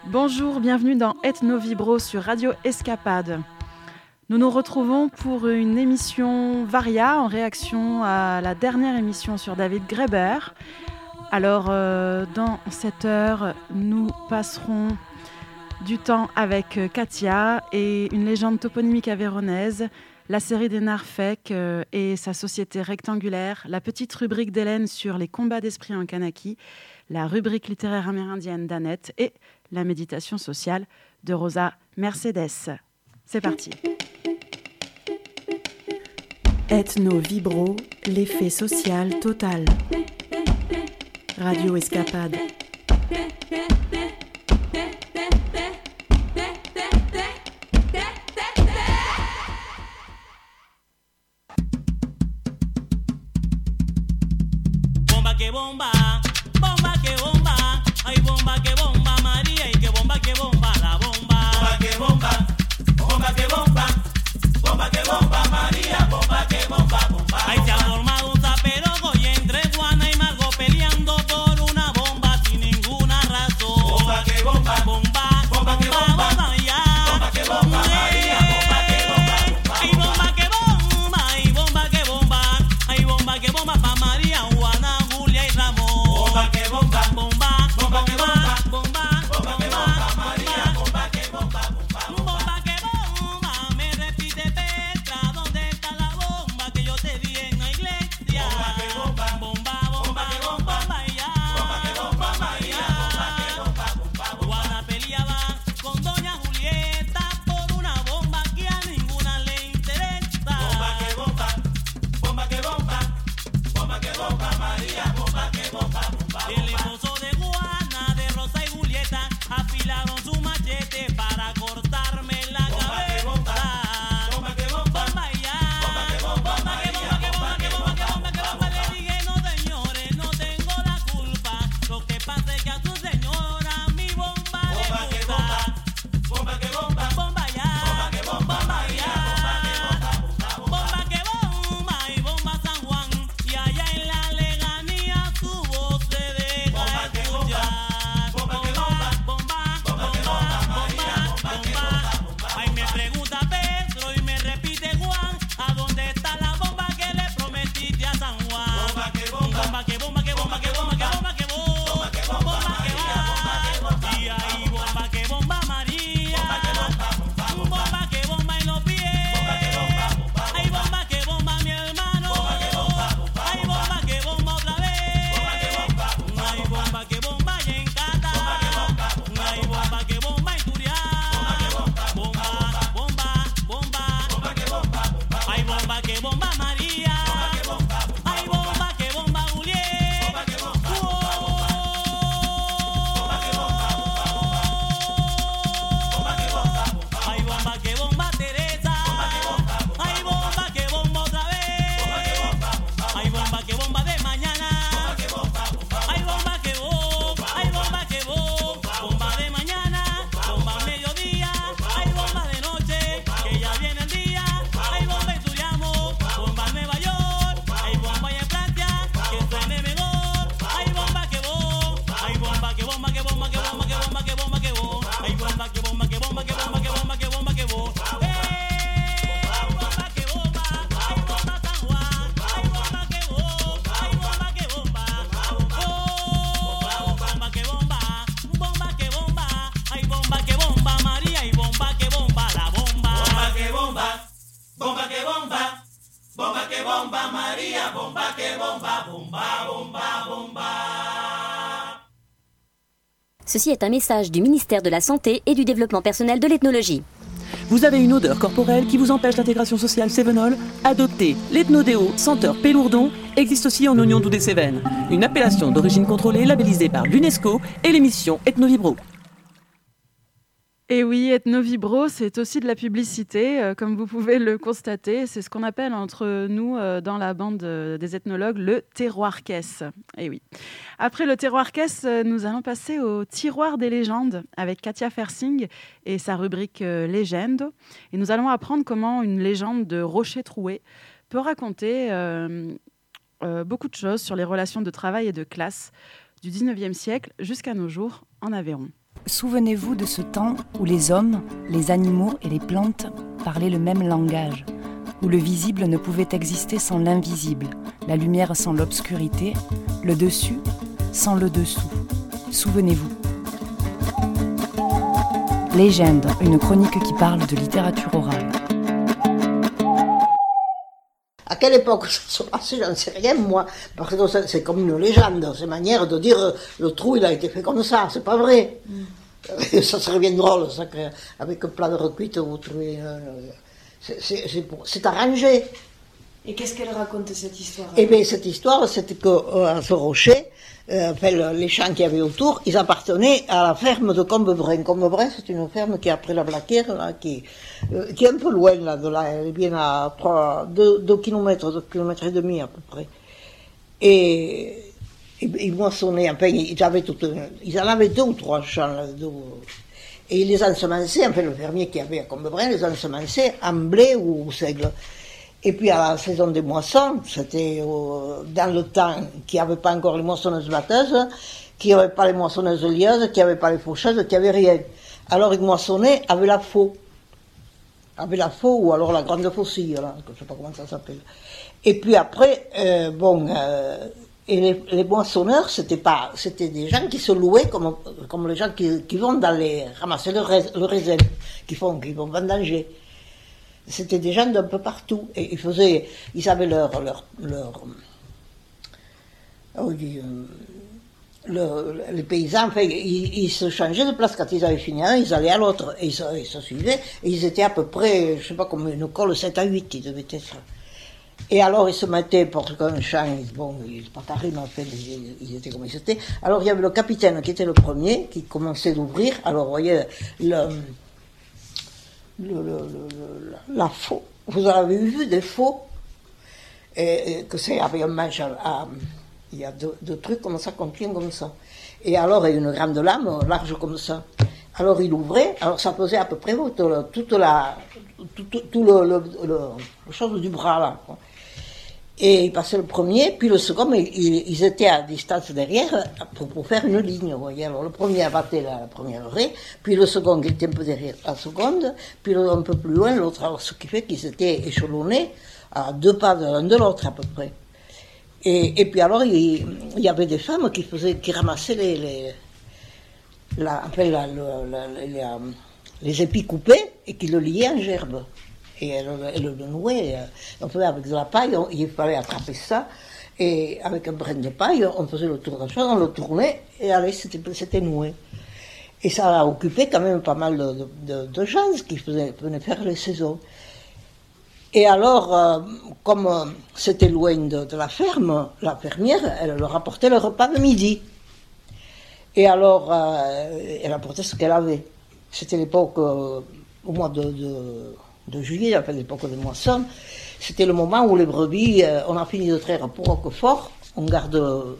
Bonjour, bienvenue dans Ethno Vibro sur Radio Escapade. Nous nous retrouvons pour une émission Varia en réaction à la dernière émission sur David Graeber. Alors, dans cette heure, nous passerons du temps avec Katia et une légende toponymique avéronaise, la série des Narfek et sa société rectangulaire, la petite rubrique d'Hélène sur les combats d'esprit en Kanaki, la rubrique littéraire amérindienne d'Annette et la méditation sociale de Rosa Mercedes. C'est parti. Ethno Vibro, l'effet social total. Radio Escapade. Bomba que bomba, bomba que bomba, ay bomba que bomba María y que bomba la bomba. Bomba que bomba, bomba que bomba, bomba que bomba María, bomba que bomba, bomba. Ay se ha formado un zaperoco y entre Juana y Margot peleando por una bomba sin ninguna razón. Bomba que bomba, bomba, bomba que bomba, ya. Bomba que bomba María, bomba que bomba, bomba. Ay bomba que bomba, ay bomba que bomba, ay bomba que bomba pa María, Juana, Julia y Ramón. Bomba que bomba, bomba, bomba que bomba, bomba, bomba que bomba María, bomba que bomba, bomba. Bomba que bomba, me repite Petra, ¿dónde está la bomba que yo te di en la iglesia? Bomba que bomba, bomba, bomba que bomba, ya. Bomba que bomba María, bomba que bomba, bomba. Juana peleaba con doña Julieta por una bomba que a ninguna le interesa. Bomba que bomba, bomba que bomba, bomba que bomba María, bomba que bomba, bomba. El esposo de Juana, de Rosa y Julieta afilaron su machete para cortarme la cabeza. Bomba que bomba, bomba ya. Bomba que bomba, bomba que bomba, que bomba, que bomba, que bomba. Le dije no señores, no tengo la culpa. Lo que pasa es que a su señora mi bomba le gusta. Bomba que bomba, bomba ya. Bomba que bomba María, bomba que bomba, bomba y bomba San Juan. Y allá en la lejanía su voz se deja escuchar. Bomba que bomba, bomba, bomba que bomba María, bomba que bomba, bomba. Ay me pregunta Pedro y me repite Juan, ¿a dónde está la bomba que le prometiste a San Juan? Bomba que bomba, bomba que bomba, que bomba, que bomba, que bomba, que bomba, bomba que bomba María, bomba que bomba. Y ahí bomba que bomba María, bomba que bomba, bomba, bomba que bomba en los pies. Bomba que bomba, bomba. Ay bomba que bomba mi hermano. Bomba que bomba, bomba. Ay bomba que bomba otra vez. Bomba que bomba, bomba. Ay bomba que bomba y en Cata. Bomba que bomba, bomba. Ay bomba que bomba en Turián. Bomba que bomba, bomba, bomba, bomba, bomba que bomba, bomba. Ay bomba que bomba María. Bomba que bomba, bomba. Ay bomba que bomba Juliet. Bomba que bomba, bomba, bomba. Bomba que bomba, bomba, bomba. Bomba que bomba, bomba. Ay bomba que bomba Teresa. Bomba que bomba, bomba. Ay bomba que bomba otra vez. Bomba que bomba, bomba. Ay bomba que bomba de mañana. Bomba que bomba, bomba. Ay bomba que bomba. Ay bomba que bomba. Bomba de mañana. Bomba al mediodía. Ay bomba de noche. Que ya viene el día. Ay bomba en Turiamo. Bomba en Nueva York. Ay bomba en Francia. Que suene mejor. Ay bomba que bomba. Ay bomba que bomba, que bomba, que bomba, que bomba, que bomba, que bomba. Ay bomba que bomba, que bomba, que bomba, que bomba, que bomba, que bomba. Bomba que bomba. Ay bomba San Juan. Ay bomba que bomba. Ay bomba que bomba. Bomba que bomba. Bomba que bomba. Ay bomba que bomba María y bomba que bomba la bomba. Bomba que bomba. Bomba que bomba. Bomba que bomba María, bomba que bomba, bomba, bomba, bomba. Ceci est un message du ministère de la Santé et du Développement personnel de l'ethnologie. Vous avez une odeur corporelle qui vous empêche l'intégration sociale Cévenol? Adoptez l'Ethnodéo senteur Pélourdon, existe aussi en oignon doux des Cévennes. Une appellation d'origine contrôlée labellisée par l'UNESCO et l'émission Ethno Vibro. Et oui, Ethno Vibro, c'est aussi de la publicité, comme vous pouvez le constater. C'est ce qu'on appelle entre nous, dans la bande des ethnologues, le terroir-caisse. Et oui. Après le terroir-caisse, nous allons passer au tiroir des légendes avec Katia Fersing et sa rubrique Légende. Et nous allons apprendre comment une légende de Rocher Troué peut raconter beaucoup de choses sur les relations de travail et de classe du 19e siècle jusqu'à nos jours en Aveyron. Souvenez-vous de ce temps où les hommes, les animaux et les plantes parlaient le même langage, où le visible ne pouvait exister sans l'invisible, la lumière sans l'obscurité, le dessus sans le dessous. Souvenez-vous. Légende, une chronique qui parle de littérature orale. À quelle époque ça se passait, j'en sais rien, moi, parce que c'est comme une légende, c'est une manière de dire le trou il a été fait comme ça, c'est pas vrai. Ça serait bien drôle, ça, avec un plat de recuite, vous trouvez. C'est arrangé. Et qu'est-ce qu'elle raconte cette histoire? Eh bien, cette histoire, c'était qu'à ce rocher, les champs qu'il y avait autour, ils appartenaient à la ferme de Combebrin. Combebrin, c'est une ferme qui est après la Blaquière, là, qui est un peu loin là, de là, elle est bien à 2 km, 2 km et demi à peu près. Et ils moissonnaient, enfin, ils en avaient 2 ou 3 champs là-dedans. Et ils les ensemençaient, enfin, le fermier qui avait à Combebrin les ensemençait en blé ou au seigle. Et puis à la saison des moissons, c'était dans le temps qu'il n'y avait pas encore les moissonneuses batteuses, qu'il n'y avait pas les moissonneuses lieuses, qu'il n'y avait pas les faucheuses, qu'il n'y avait rien. Alors ils moissonnaient avec la faux. Avec la faux ou alors la grande faucille, là, je ne sais pas comment ça s'appelle. Et puis après, et les moissonneurs, c'était des gens qui se louaient comme les gens qui vont ramasser le raisin, qui vont vendanger. C'était des gens d'un peu partout. Et ils avaient les paysans, enfin, ils se changeaient de place quand ils avaient fini un, ils allaient à l'autre, et ils se suivaient, et ils étaient à peu près, je sais pas, comme une colle 7 à 8, ils devaient être. Et alors ils se mettaient, pour qu'un champ, ils pas carrés, mais en fait, ils étaient comme ils étaient. Alors il y avait le capitaine qui était le premier, qui commençait d'ouvrir, alors vous voyez, la faux. Vous avez vu des faux, que c'est avec un manche il y a deux trucs comme ça qu'on tient comme ça. Et alors il y a une grande lame large comme ça. Alors il ouvrait, alors ça faisait à peu près tout le chose du bras là, quoi. Et il passait le premier, puis le second, mais ils étaient à distance derrière pour faire une ligne, vous voyez. Alors le premier abattait la première raie, puis le second qui était un peu derrière la seconde, puis un peu plus loin l'autre. Alors ce qui fait qu'ils étaient échelonnés à 2 pas de l'un de l'autre à peu près. Et puis alors il y avait des femmes qui ramassaient les épis coupés et qui le liaient en gerbe. Et elle le nouait, on faisait avec de la paille, il fallait attraper ça, et avec un brin de paille, on faisait le tour de la chose, on le tournait, et allez, c'était noué. Et ça a occupé quand même pas mal de gens qui venaient faire les saisons. Et alors, comme c'était loin de la ferme, la fermière, elle leur apportait le repas de midi. Et alors, elle apportait ce qu'elle avait. C'était l'époque, au mois de juillet, enfin l'époque de moisson, c'était le moment où les brebis, on a fini de traire pour Roquefort, on garde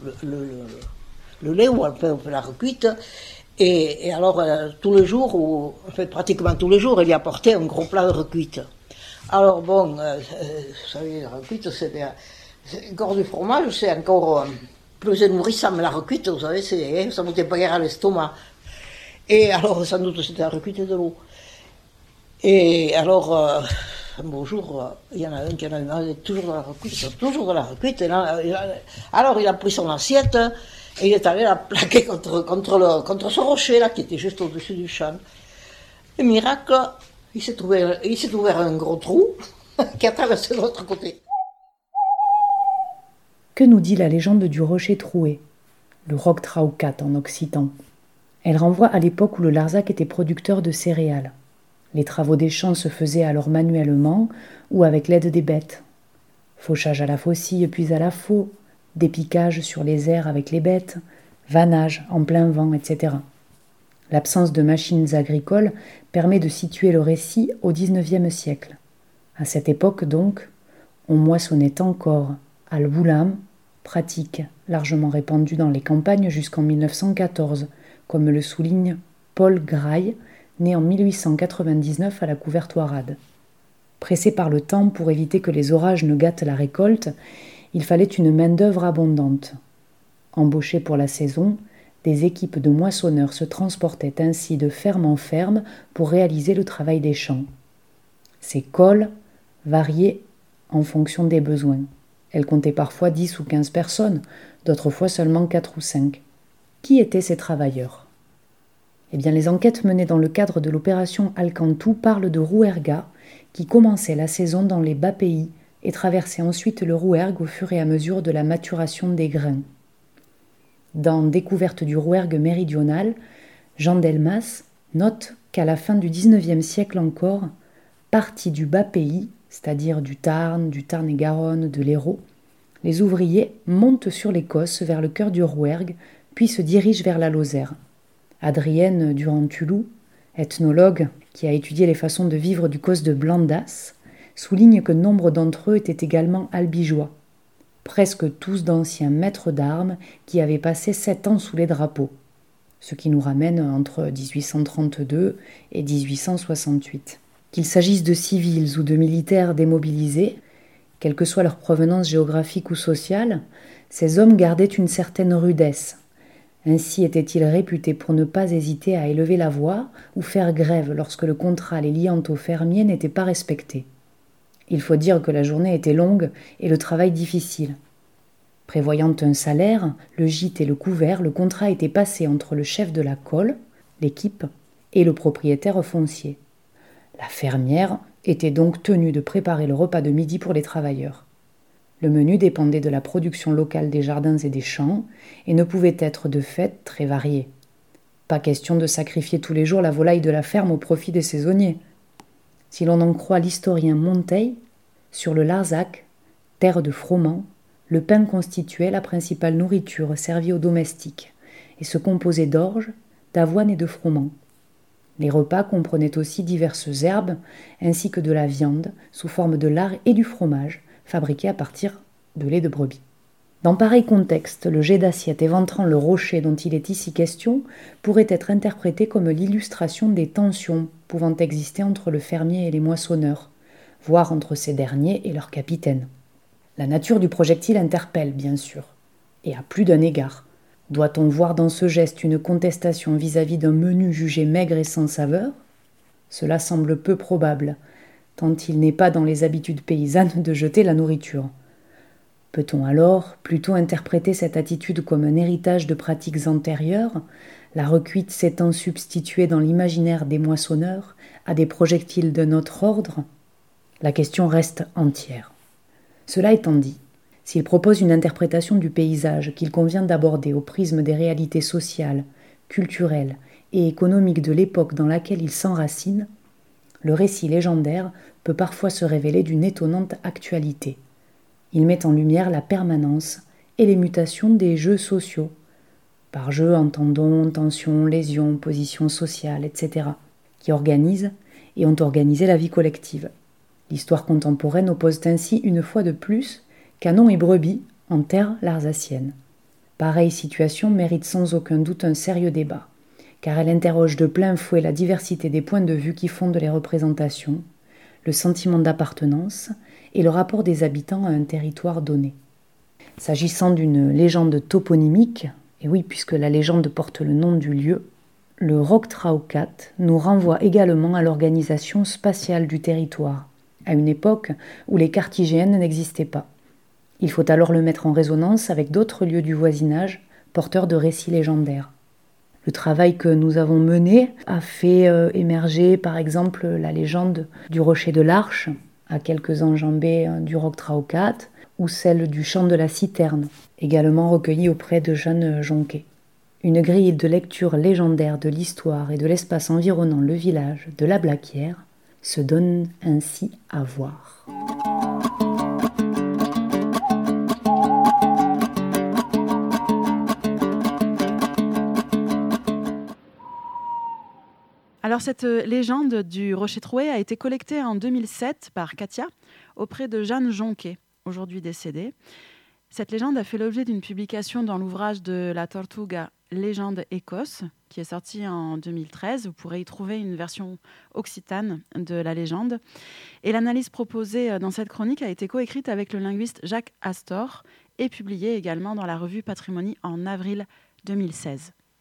le lait, ou on fait la recuite, et alors tous les jours, pratiquement tous les jours, elle y apportait un gros plat de recuite. Alors bon, vous savez, la recuite, c'est encore du fromage, c'est encore plus nourrissant, mais la recuite, vous savez, ça montait pas guère à l'estomac. Et alors, sans doute, c'était la recuite de l'eau. Et alors, un beau jour, il y en a un qui en a eu toujours de la recuite. Alors, il a pris son assiette et il est allé la plaquer contre ce rocher là qui était juste au-dessus du champ. Et miracle, il s'est ouvert un gros trou qui a traversé de l'autre côté. Que nous dit la légende du rocher troué, le Roc Traucat en occitan? Elle renvoie à l'époque où le Larzac était producteur de céréales. Les travaux des champs se faisaient alors manuellement ou avec l'aide des bêtes. Fauchage à la faucille puis à la faux, dépiquage sur les airs avec les bêtes, vannage en plein vent, etc. L'absence de machines agricoles permet de situer le récit au XIXe siècle. À cette époque donc, on moissonnait encore à l'boulam, pratique largement répandue dans les campagnes jusqu'en 1914, comme le souligne Paul Graille, né en 1899 à la Couvertoirade. Pressé par le temps pour éviter que les orages ne gâtent la récolte, il fallait une main-d'œuvre abondante. Embauchés pour la saison, Des équipes de moissonneurs se transportaient ainsi de ferme en ferme pour réaliser le travail des champs. Ces cols variaient en fonction des besoins. Elles comptaient parfois 10 ou 15 personnes, d'autres fois seulement 4 ou 5. Qui étaient ces travailleurs ? Eh bien, les enquêtes menées dans le cadre de l'opération Alcantou parlent de Rouergas qui commençait la saison dans les bas pays et traversait ensuite le Rouergue au fur et à mesure de la maturation des grains. Dans Découverte du Rouergue méridional, Jean Delmas note qu'à la fin du XIXe siècle encore, partis du bas pays, c'est-à-dire du Tarn-et-Garonne, de l'Hérault, les ouvriers montent sur les Cosses vers le cœur du Rouergue, puis se dirigent vers la Lozère. Adrienne Durand-Tulou, ethnologue qui a étudié les façons de vivre du Causse de Blandas, souligne que nombre d'entre eux étaient également albigeois, presque tous d'anciens maîtres d'armes qui avaient passé 7 ans sous les drapeaux, ce qui nous ramène entre 1832 et 1868. Qu'il s'agisse de civils ou de militaires démobilisés, quelle que soit leur provenance géographique ou sociale, ces hommes gardaient une certaine rudesse. Ainsi étaient-ils réputés pour ne pas hésiter à élever la voix ou faire grève lorsque le contrat les liant aux fermiers n'était pas respecté. Il faut dire que la journée était longue et le travail difficile. Prévoyant un salaire, le gîte et le couvert, le contrat était passé entre le chef de la colle, l'équipe, et le propriétaire foncier. La fermière était donc tenue de préparer le repas de midi pour les travailleurs. Le menu dépendait de la production locale des jardins et des champs et ne pouvait être de fait très varié. Pas question de sacrifier tous les jours la volaille de la ferme au profit des saisonniers. Si l'on en croit l'historien Monteil, sur le Larzac, terre de froment, le pain constituait la principale nourriture servie aux domestiques et se composait d'orge, d'avoine et de froment. Les repas comprenaient aussi diverses herbes ainsi que de la viande sous forme de lard et du fromage, fabriqués à partir de lait de brebis. Dans pareil contexte, le jet d'assiette éventrant le rocher dont il est ici question pourrait être interprété comme l'illustration des tensions pouvant exister entre le fermier et les moissonneurs, voire entre ces derniers et leur capitaine. La nature du projectile interpelle, bien sûr, et à plus d'un égard. Doit-on voir dans ce geste une contestation vis-à-vis d'un menu jugé maigre et sans saveur ? Cela semble peu probable, tant il n'est pas dans les habitudes paysannes de jeter la nourriture. Peut-on alors plutôt interpréter cette attitude comme un héritage de pratiques antérieures, la recuite s'étant substituée dans l'imaginaire des moissonneurs à des projectiles d'un autre ordre ? La question reste entière. Cela étant dit, s'il propose une interprétation du paysage qu'il convient d'aborder au prisme des réalités sociales, culturelles et économiques de l'époque dans laquelle il s'enracine, le récit légendaire peut parfois se révéler d'une étonnante actualité. Il met en lumière la permanence et les mutations des jeux sociaux. Par jeu, entendons tensions, lésions, positions sociales, etc., qui organisent et ont organisé la vie collective. L'histoire contemporaine oppose ainsi une fois de plus canon et brebis en terre larzacienne. Pareille situation mérite sans aucun doute un sérieux débat, car elle interroge de plein fouet la diversité des points de vue qui fondent les représentations, le sentiment d'appartenance et le rapport des habitants à un territoire donné. S'agissant d'une légende toponymique, et oui, puisque la légende porte le nom du lieu, le Rock-Traucat nous renvoie également à l'organisation spatiale du territoire, à une époque où les cartes IGN n'existaient pas. Il faut alors le mettre en résonance avec d'autres lieux du voisinage, porteurs de récits légendaires. Le travail que nous avons mené a fait émerger par exemple la légende du Rocher de l'Arche, à quelques enjambées du Rock-Traucat, ou celle du Champ de la Citerne, également recueillie auprès de Jeanne Jonquet. Une grille de lecture légendaire de l'histoire et de l'espace environnant le village de la Blaquière se donne ainsi à voir. Alors cette légende du Rocher Troué a été collectée en 2007 par Katia auprès de Jeanne Jonquet, aujourd'hui décédée. Cette légende a fait l'objet d'une publication dans l'ouvrage de La Tortuga, Légende Écosse, qui est sorti en 2013. Vous pourrez y trouver une version occitane de la légende. Et l'analyse proposée dans cette chronique a été coécrite avec le linguiste Jacques Astor et publiée également dans la revue Patrimonie en avril 2016.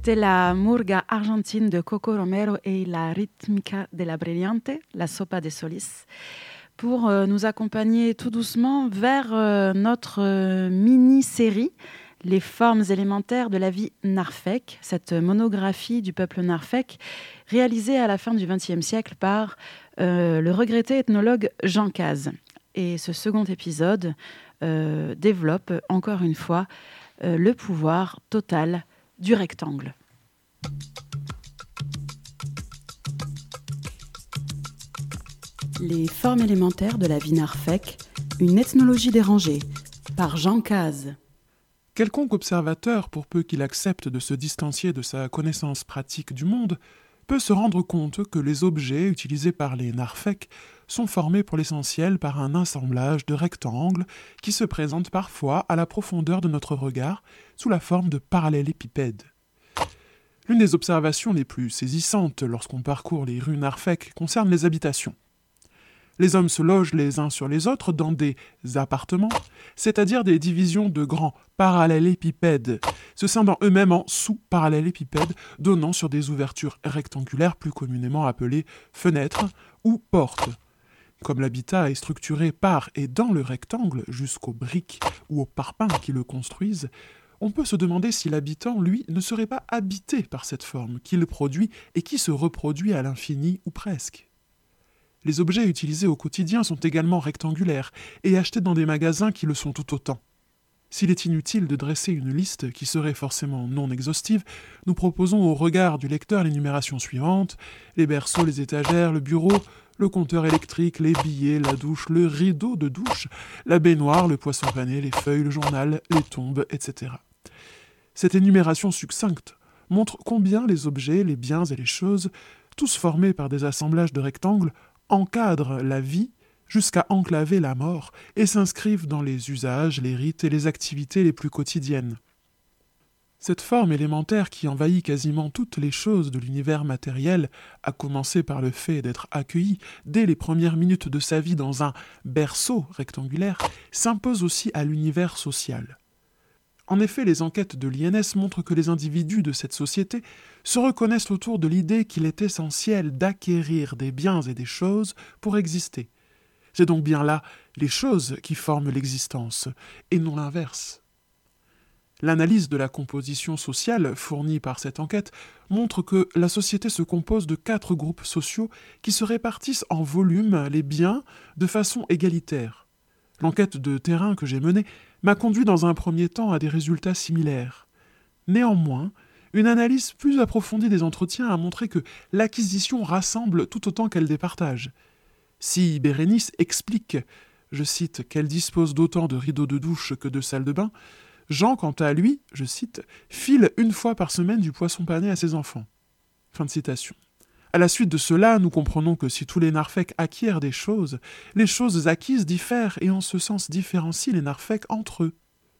C'était la murga argentine de Coco Romero et la ritmica de la Brillante, la sopa de Solis, pour nous accompagner tout doucement vers notre mini-série Les formes élémentaires de la vie narfèque, cette monographie du peuple narfèque réalisée à la fin du XXe siècle par le regretté ethnologue Jean Cazes. Et ce second épisode développe encore une fois le pouvoir total du rectangle. Les formes élémentaires de la vie narfèque, une ethnologie dérangée, par Jean Cazes. Quelconque observateur, pour peu qu'il accepte de se distancier de sa connaissance pratique du monde, peut se rendre compte que les objets utilisés par les narfèques sont formés pour l'essentiel par un assemblage de rectangles qui se présentent parfois à la profondeur de notre regard sous la forme de parallélépipèdes. L'une des observations les plus saisissantes lorsqu'on parcourt les rues narfèques concerne les habitations. Les hommes se logent les uns sur les autres dans des appartements, c'est-à-dire des divisions de grands parallélépipèdes, se scindant eux-mêmes en sous-parallélépipèdes, donnant sur des ouvertures rectangulaires plus communément appelées fenêtres ou portes. Comme l'habitat est structuré par et dans le rectangle jusqu'aux briques ou aux parpaings qui le construisent, on peut se demander si l'habitant, lui, ne serait pas habité par cette forme qu'il produit et qui se reproduit à l'infini ou presque. Les objets utilisés au quotidien sont également rectangulaires et achetés dans des magasins qui le sont tout autant. S'il est inutile de dresser une liste qui serait forcément non exhaustive, nous proposons au regard du lecteur l'énumération suivante: les berceaux, les étagères, le bureau, le compteur électrique, les billets, la douche, le rideau de douche, la baignoire, le poisson pané, les feuilles, le journal, les tombes, etc. Cette énumération succincte montre combien les objets, les biens et les choses, tous formés par des assemblages de rectangles, encadrent la vie jusqu'à enclaver la mort et s'inscrivent dans les usages, les rites et les activités les plus quotidiennes. Cette forme élémentaire qui envahit quasiment toutes les choses de l'univers matériel, à commencer par le fait d'être accueilli dès les premières minutes de sa vie dans un berceau rectangulaire, s'impose aussi à l'univers social. En effet, les enquêtes de l'INS montrent que les individus de cette société se reconnaissent autour de l'idée qu'il est essentiel d'acquérir des biens et des choses pour exister. C'est donc bien là les choses qui forment l'existence, et non l'inverse. L'analyse de la composition sociale fournie par cette enquête montre que la société se compose de 4 groupes sociaux qui se répartissent en volume les biens de façon égalitaire. L'enquête de terrain que j'ai menée m'a conduit dans un premier temps à des résultats similaires. Néanmoins, une analyse plus approfondie des entretiens a montré que l'acquisition rassemble tout autant qu'elle départage. Si Bérénice explique, je cite, qu'elle dispose d'autant de rideaux de douche que de salles de bain, Jean, quant à lui, je cite, file 1 fois par semaine du poisson pané à ses enfants. Fin de citation. À la suite de cela, nous comprenons que si tous les narfèques acquièrent des choses, les choses acquises diffèrent et en ce sens différencient les narfèques entre eux.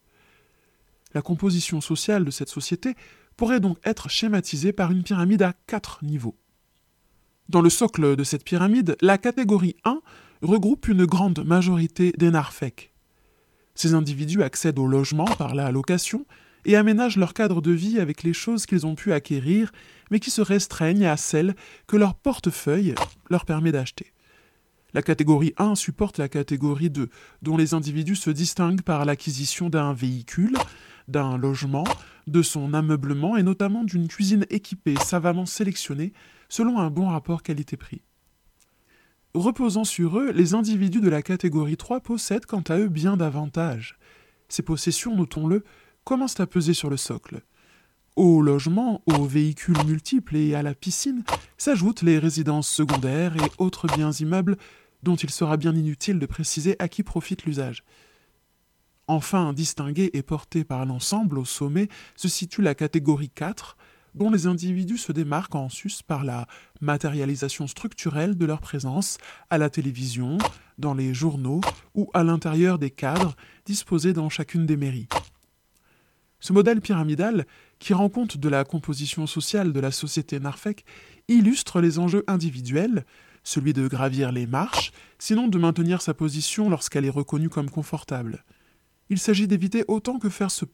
La composition sociale de cette société pourrait donc être schématisée par une pyramide à 4 niveaux. Dans le socle de cette pyramide, la catégorie 1 regroupe une grande majorité des narfèques. Ces individus accèdent au logement par la location et aménagent leur cadre de vie avec les choses qu'ils ont pu acquérir, mais qui se restreignent à celles que leur portefeuille leur permet d'acheter. La catégorie 1 supporte la catégorie 2, dont les individus se distinguent par l'acquisition d'un véhicule, d'un logement, de son ameublement et notamment d'une cuisine équipée, savamment sélectionnée, selon un bon rapport qualité-prix. Reposant sur eux, les individus de la catégorie 3 possèdent quant à eux bien davantage. Ces possessions, notons-le, commencent à peser sur le socle. Au logement, aux véhicules multiples et à la piscine s'ajoutent les résidences secondaires et autres biens immeubles dont il sera bien inutile de préciser à qui profite l'usage. Enfin, distinguée et portée par l'ensemble au sommet se situe la catégorie 4, dont les individus se démarquent en sus par la matérialisation structurelle de leur présence à la télévision, dans les journaux ou à l'intérieur des cadres disposés dans chacune des mairies. Ce modèle pyramidal, qui rend compte de la composition sociale de la société narfèque, illustre les enjeux individuels, celui de gravir les marches, sinon de maintenir sa position lorsqu'elle est reconnue comme confortable. Il s'agit d'éviter autant que faire se peut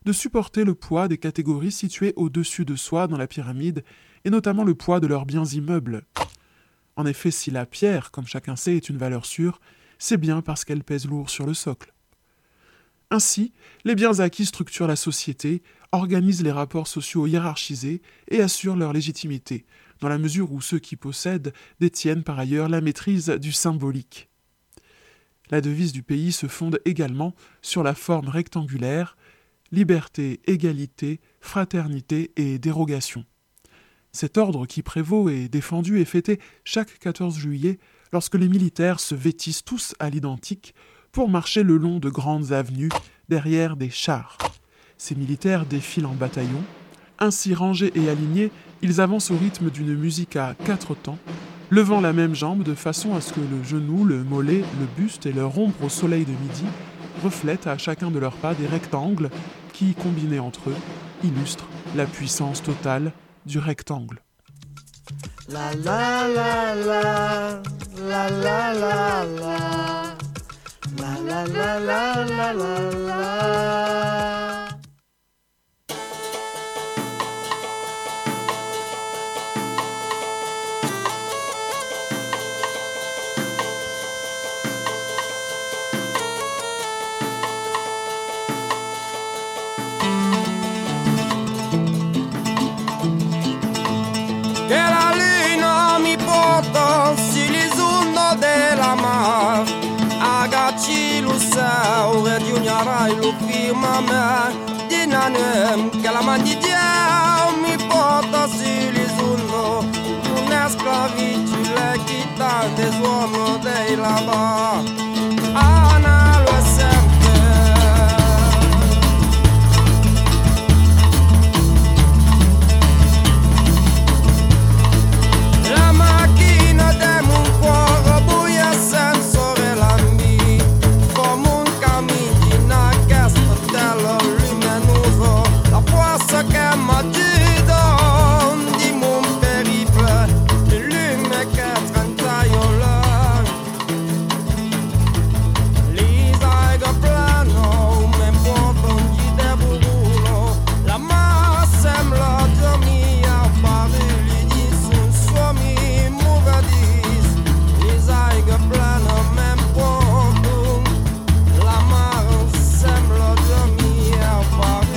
de supporter le poids des catégories situées au-dessus de soi dans la pyramide, et notamment le poids de leurs biens immeubles. En effet, si la pierre, comme chacun sait, est une valeur sûre, c'est bien parce qu'elle pèse lourd sur le socle. Ainsi, les biens acquis structurent la société, organisent les rapports sociaux hiérarchisés et assurent leur légitimité, dans la mesure où ceux qui possèdent détiennent par ailleurs la maîtrise du symbolique. La devise du pays se fonde également sur la forme rectangulaire, liberté, égalité, fraternité et dérogation. Cet ordre qui prévaut est défendu et fêté chaque 14 juillet lorsque les militaires se vêtissent tous à l'identique pour marcher le long de grandes avenues derrière des chars. Ces militaires défilent en bataillon. Ainsi rangés et alignés, ils avancent au rythme d'une musique à 4 temps, levant la même jambe de façon à ce que le genou, le mollet, le buste et leur ombre au soleil de midi reflètent à chacun de leurs pas des rectangles qui, combinés entre eux, illustrent la puissance totale du rectangle. La la la la, la la la la, la la la la la la. Che la luna mi porta sull'isola della mar, agacci lo sau e di ognarai lo firmame di nanem che la mandidia mi porta sull'isola una sclavicile chittante suono dei lava Ana lo è sempre. La macchina del un cuore buia senza relambi, come un cammino che sta luminoso, la forza che m'agita di mon periple, le lume che trantaiola. Lisa che plano, me porta un gite burulo, la ma sembra dormire parli di sun suomi mugadis, Lisa che plano, me porta la ma sembra dormire parli.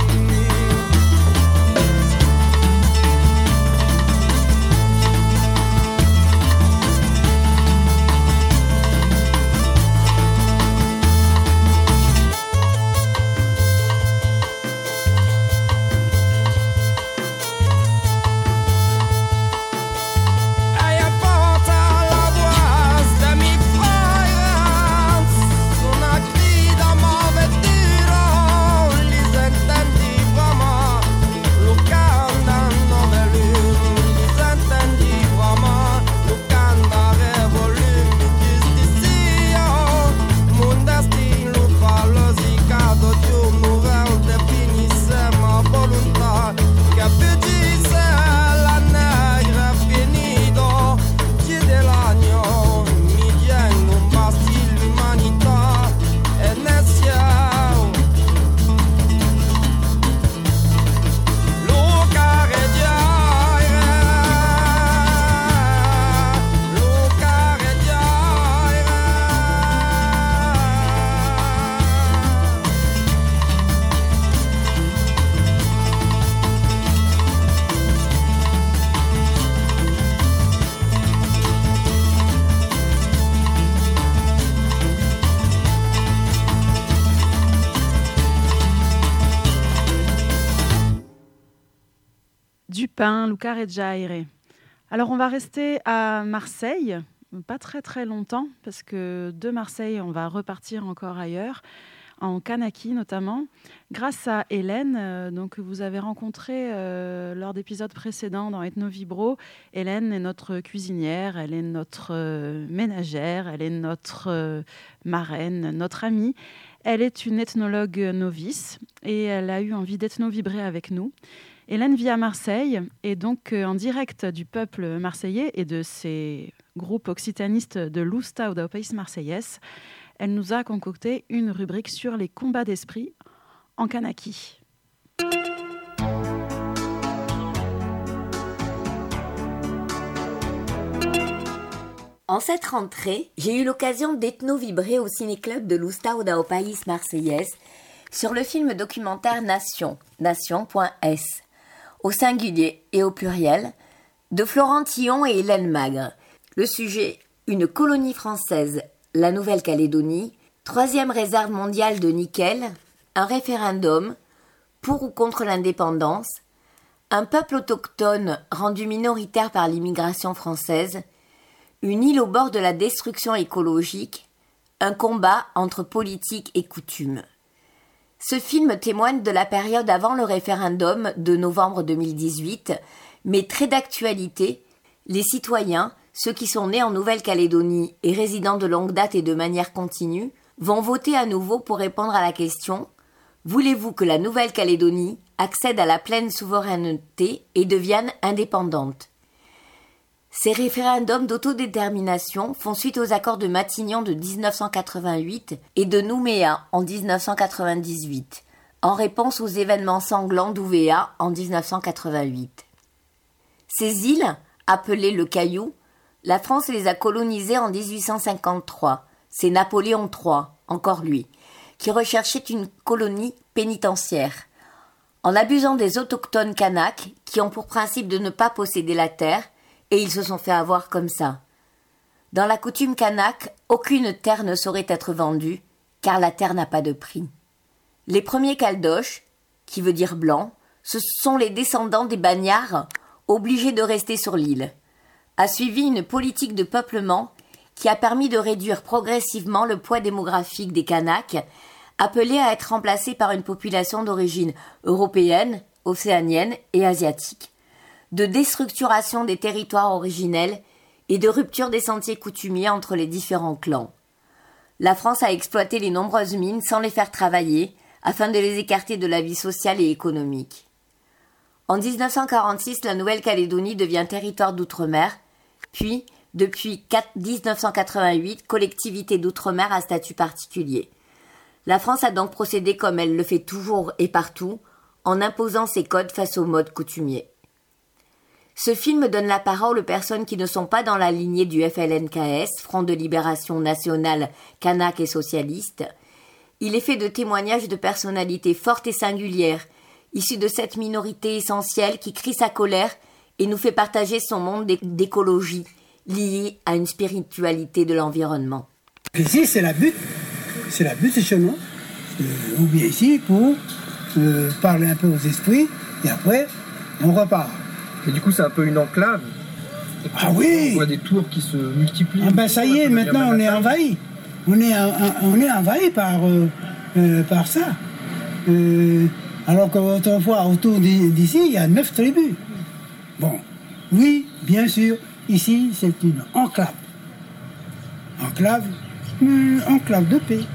Ella porta la voz de mi fragranza, una grida movettura, li sentendi vraiment, lo cantano de lune, li sentendi vraiment, lo cantare volumi giustizia, mon destino falsificato di un nuovo definisse ma volontà, che avvicisse la negra finito, chiede l'agno, mi viene un basti l'umanità, e ne siamo. Luca Reggiaire, Luca Reggiaire. Dupin, Luca Reggiaire. Alors on va rester à Marseille, pas très très longtemps, parce que de Marseille on va repartir encore ailleurs, en Kanaki notamment, grâce à Hélène, donc, que vous avez rencontrée lors d'épisodes précédents dans Ethno Vibro. Hélène est notre cuisinière, elle est notre ménagère, elle est notre marraine, notre amie. Elle est une ethnologue novice et elle a eu envie d'ethno-vibrer avec nous. Hélène vit à Marseille et donc en direct du peuple marseillais et de ses groupes occitanistes de l'Ousta ou d'Au País Marseillaise, elle nous a concocté une rubrique sur les combats d'esprit en kanaki. En cette rentrée, j'ai eu l'occasion d'ethno-vibrer au ciné-club de l'Oustau da País marseillaise sur le film documentaire Nation, Nation.s, au singulier et au pluriel, de Florent Tillon et Hélène Magre. Le sujet, une colonie française, la Nouvelle-Calédonie, 3e réserve mondiale de nickel, un référendum, pour ou contre l'indépendance, un peuple autochtone rendu minoritaire par l'immigration française, une île au bord de la destruction écologique, un combat entre politique et coutume. Ce film témoigne de la période avant le référendum de novembre 2018, mais très d'actualité. Les citoyens, ceux qui sont nés en Nouvelle-Calédonie et résidant de longue date et de manière continue, vont voter à nouveau pour répondre à la question « Voulez-vous que la Nouvelle-Calédonie accède à la pleine souveraineté et devienne indépendante ?» Ces référendums d'autodétermination font suite aux accords de Matignon de 1988 et de Nouméa en 1998, en réponse aux événements sanglants d'Ouvéa en 1988. Ces îles, appelées le Caillou, la France les a colonisées en 1853. C'est Napoléon III, encore lui, qui recherchait une colonie pénitentiaire. En abusant des autochtones kanaks, qui ont pour principe de ne pas posséder la terre, et ils se sont fait avoir comme ça. Dans la coutume kanak, aucune terre ne saurait être vendue, car la terre n'a pas de prix. Les premiers Caldoches, qui veut dire blanc, ce sont les descendants des bagnards, obligés de rester sur l'île. A suivi une politique de peuplement qui a permis de réduire progressivement le poids démographique des Kanaks, appelés à être remplacés par une population d'origine européenne, océanienne et asiatique, de déstructuration des territoires originels et de rupture des sentiers coutumiers entre les différents clans. La France a exploité les nombreuses mines sans les faire travailler, afin de les écarter de la vie sociale et économique. En 1946, la Nouvelle-Calédonie devient territoire d'outre-mer, puis, depuis 1988, collectivité d'outre-mer à statut particulier. La France a donc procédé comme elle le fait toujours et partout, en imposant ses codes face aux modes coutumiers. Ce film donne la parole aux personnes qui ne sont pas dans la lignée du FLNKS, Front de Libération Nationale, Kanak et Socialiste. Il est fait de témoignages de personnalités fortes et singulières, issues de cette minorité essentielle qui crie sa colère et nous fait partager son monde d'écologie, lié à une spiritualité de l'environnement. Ici, c'est la butte chez nous. On vient ici pour parler un peu aux esprits, et après, on repart. Et du coup, c'est un peu une enclave. Ah oui. On voit des tours qui se multiplient. Ah ben ça y est, maintenant on est envahi. On est envahi par ça. Alors qu'autrefois, autour d'ici, il y a 9 tribus. Bon, oui, bien sûr, ici, c'est une enclave. Enclave de paix.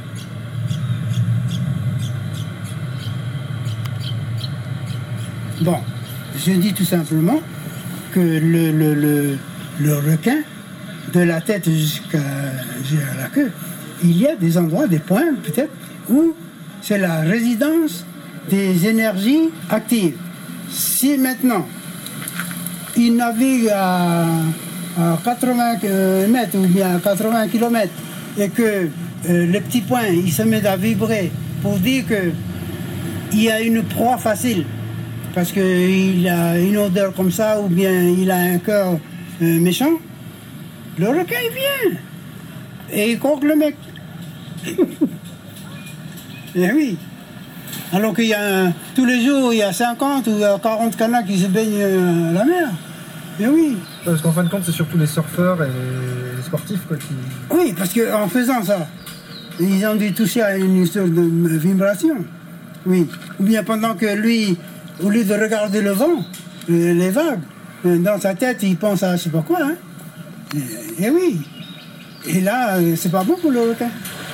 Bon. Je dis tout simplement que le requin, de la tête jusqu'à la queue, il y a des endroits, des points peut-être, où c'est la résidence des énergies actives. Si maintenant, il navigue à 80 mètres ou bien à 80 km et que le petit point, il se met à vibrer pour dire qu'il y a une proie facile, parce qu'il a une odeur comme ça, ou bien il a un cœur méchant, le requin il vient et il croque le mec. Et oui. Alors qu'il y a tous les jours, il y a 50 ou 40 canards qui se baignent à la mer. Et oui. Parce qu'en fin de compte, c'est surtout les surfeurs et les sportifs qui... Oui, parce qu'en faisant ça, ils ont dû toucher à une sorte de vibration. Oui. Ou bien pendant que lui, au lieu de regarder le vent, les vagues, dans sa tête, il pense à je sais pas quoi. Hein. Et oui. Et là, c'est pas bon pour le requin.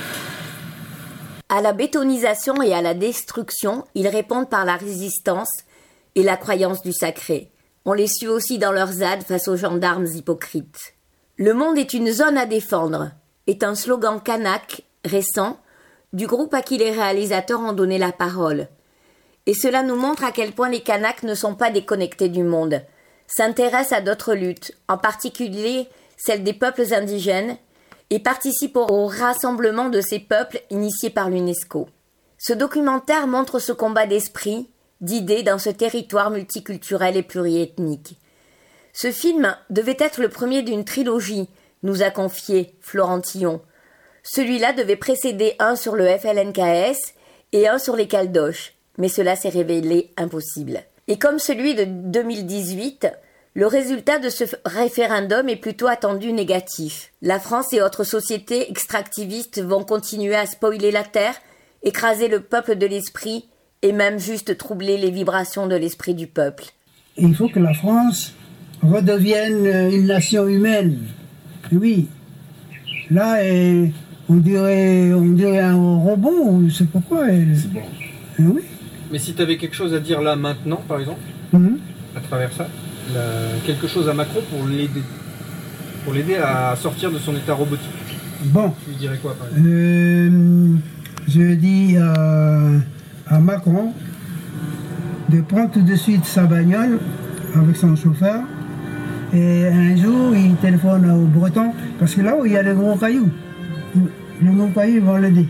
À la bétonisation et à la destruction, ils répondent par la résistance et la croyance du sacré. On les suit aussi dans leurs ZAD face aux gendarmes hypocrites. Le monde est une zone à défendre est un slogan kanak récent du groupe à qui les réalisateurs ont donné la parole. Et cela nous montre à quel point les Kanaks ne sont pas déconnectés du monde, s'intéressent à d'autres luttes, en particulier celle des peuples indigènes, et participent au rassemblement de ces peuples initié par l'UNESCO. Ce documentaire montre ce combat d'esprit, d'idées dans ce territoire multiculturel et pluriethnique. Ce film devait être le premier d'une trilogie, nous a confié Florent Tillon. Celui-là devait précéder un sur le FLNKS et un sur les Caldoches, mais cela s'est révélé impossible. Et comme celui de 2018, le résultat de ce référendum est plutôt attendu négatif. La France et autres sociétés extractivistes vont continuer à spoiler la terre, écraser le peuple de l'esprit et même juste troubler les vibrations de l'esprit du peuple. Il faut que la France redevienne une nation humaine. Oui. Là, on dirait un robot, ou je sais pas quoi. C'est bon. Oui. Mais si tu avais quelque chose à dire là maintenant, par exemple, à travers ça, quelque chose à Macron pour l'aider à sortir de son état robotique. Bon. Tu lui dirais quoi, par exemple Je dis à Macron de prendre tout de suite sa bagnole avec son chauffeur et un jour il téléphone au Breton parce que là où il y a les gros cailloux, vont l'aider.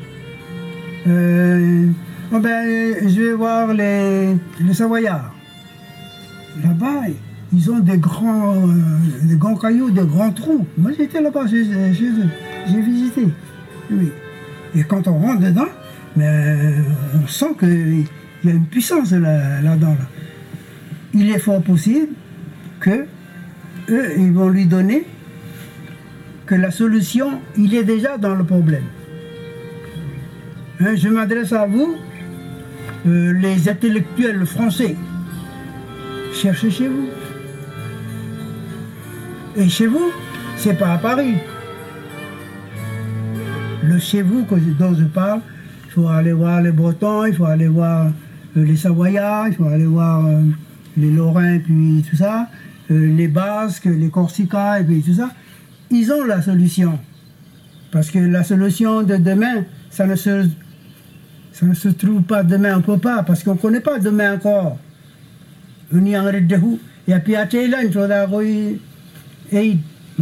Je vais voir les Savoyards. Là-bas, ils ont des grands cailloux, des grands trous. Moi j'étais là-bas chez eux, j'ai visité. Oui. Et quand on rentre dedans, on sent qu'il y a une puissance là-dedans. Là. Il est fort possible que eux, ils vont lui donner que la solution, il est déjà dans le problème. Je m'adresse à vous, les intellectuels français. Cherchez chez vous. Et chez vous, c'est pas à Paris. Le chez vous dont je parle, il faut aller voir les Bretons, il faut aller voir les Savoyards, il faut aller voir les Lorrains, puis tout ça, les Basques, les Corsicas, et puis tout ça. Ils ont la solution. Parce que la solution de demain, ça ne se trouve pas demain, on ne peut pas, parce qu'on ne connaît pas demain encore. On y en reste de où. Et puis à Théla, il faudra y aller.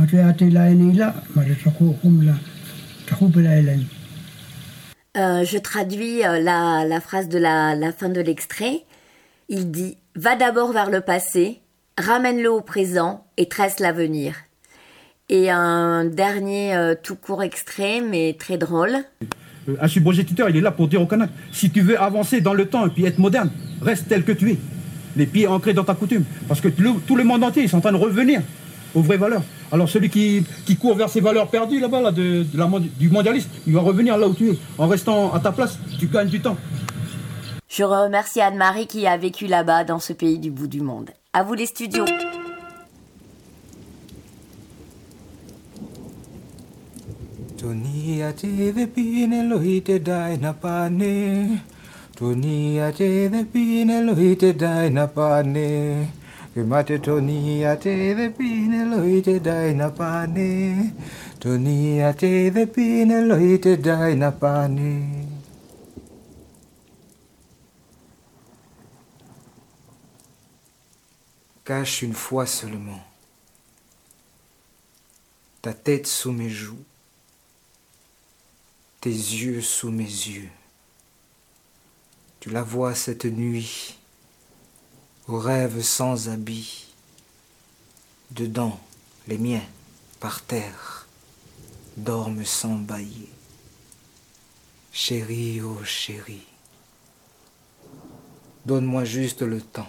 Je traduis la phrase de la fin de l'extrait. Il dit « Va d'abord vers le passé, ramène-le au présent et tresse l'avenir ». Et un dernier tout court extrait, mais très drôle. Un subrogétiteur, il est là pour dire au Kanak, si tu veux avancer dans le temps et puis être moderne, reste tel que tu es. Les pieds ancrés dans ta coutume. Parce que tout le monde entier, ils sont en train de revenir aux vraies valeurs. Alors celui qui court vers ces valeurs perdues là-bas, là, du mondialisme, il va revenir là où tu es. En restant à ta place, tu gagnes du temps. Je remercie Anne-Marie qui a vécu là-bas, dans ce pays du bout du monde. À vous les studios. Toni ate the pine loite dai na pane. Toni ate the pine loite dai na pane. Que mate Toni ate the pine loite dai na pane. Toni ate the pine loite dai na pane. Cache une fois seulement ta tête sous mes joues, tes yeux sous mes yeux. Tu la vois cette nuit, aux rêves sans habit. Dedans, les miens, par terre, dorment sans bâiller. Chérie, oh chérie, donne-moi juste le temps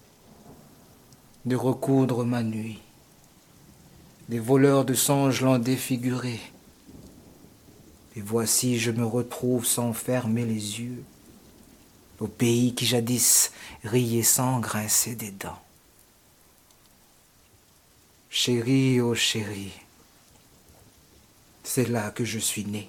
de recoudre ma nuit. Les voleurs de songes l'ont défiguré. Et voici je me retrouve sans fermer les yeux, au pays qui jadis riait sans grincer des dents. Chérie, oh chérie, c'est là que je suis né.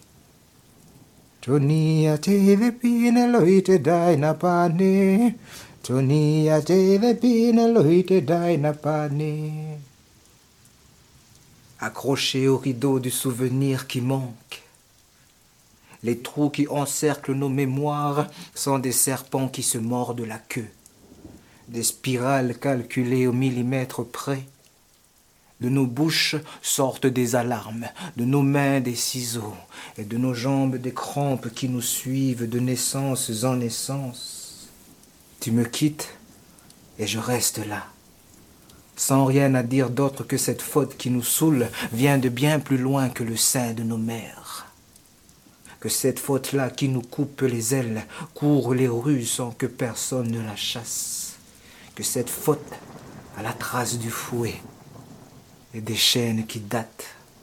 Toni ate the pine loite dai na pane. Toni ate the pine loite dai na pane. Accroché au rideau du souvenir qui manque, Les trous qui encerclent nos mémoires sont des serpents qui se mordent la queue. Des spirales calculées au millimètre près. De nos bouches sortent des alarmes, de nos mains des ciseaux, et de nos jambes des crampes qui nous suivent de naissance en naissance. Tu me quittes et je reste là, sans rien à dire d'autre que cette faute qui nous saoule vient de bien plus loin que le sein de nos mères. Que cette faute-là qui nous coupe les ailes court les rues sans que personne ne la chasse. Que cette faute a la trace du fouet et des chaînes qui datent.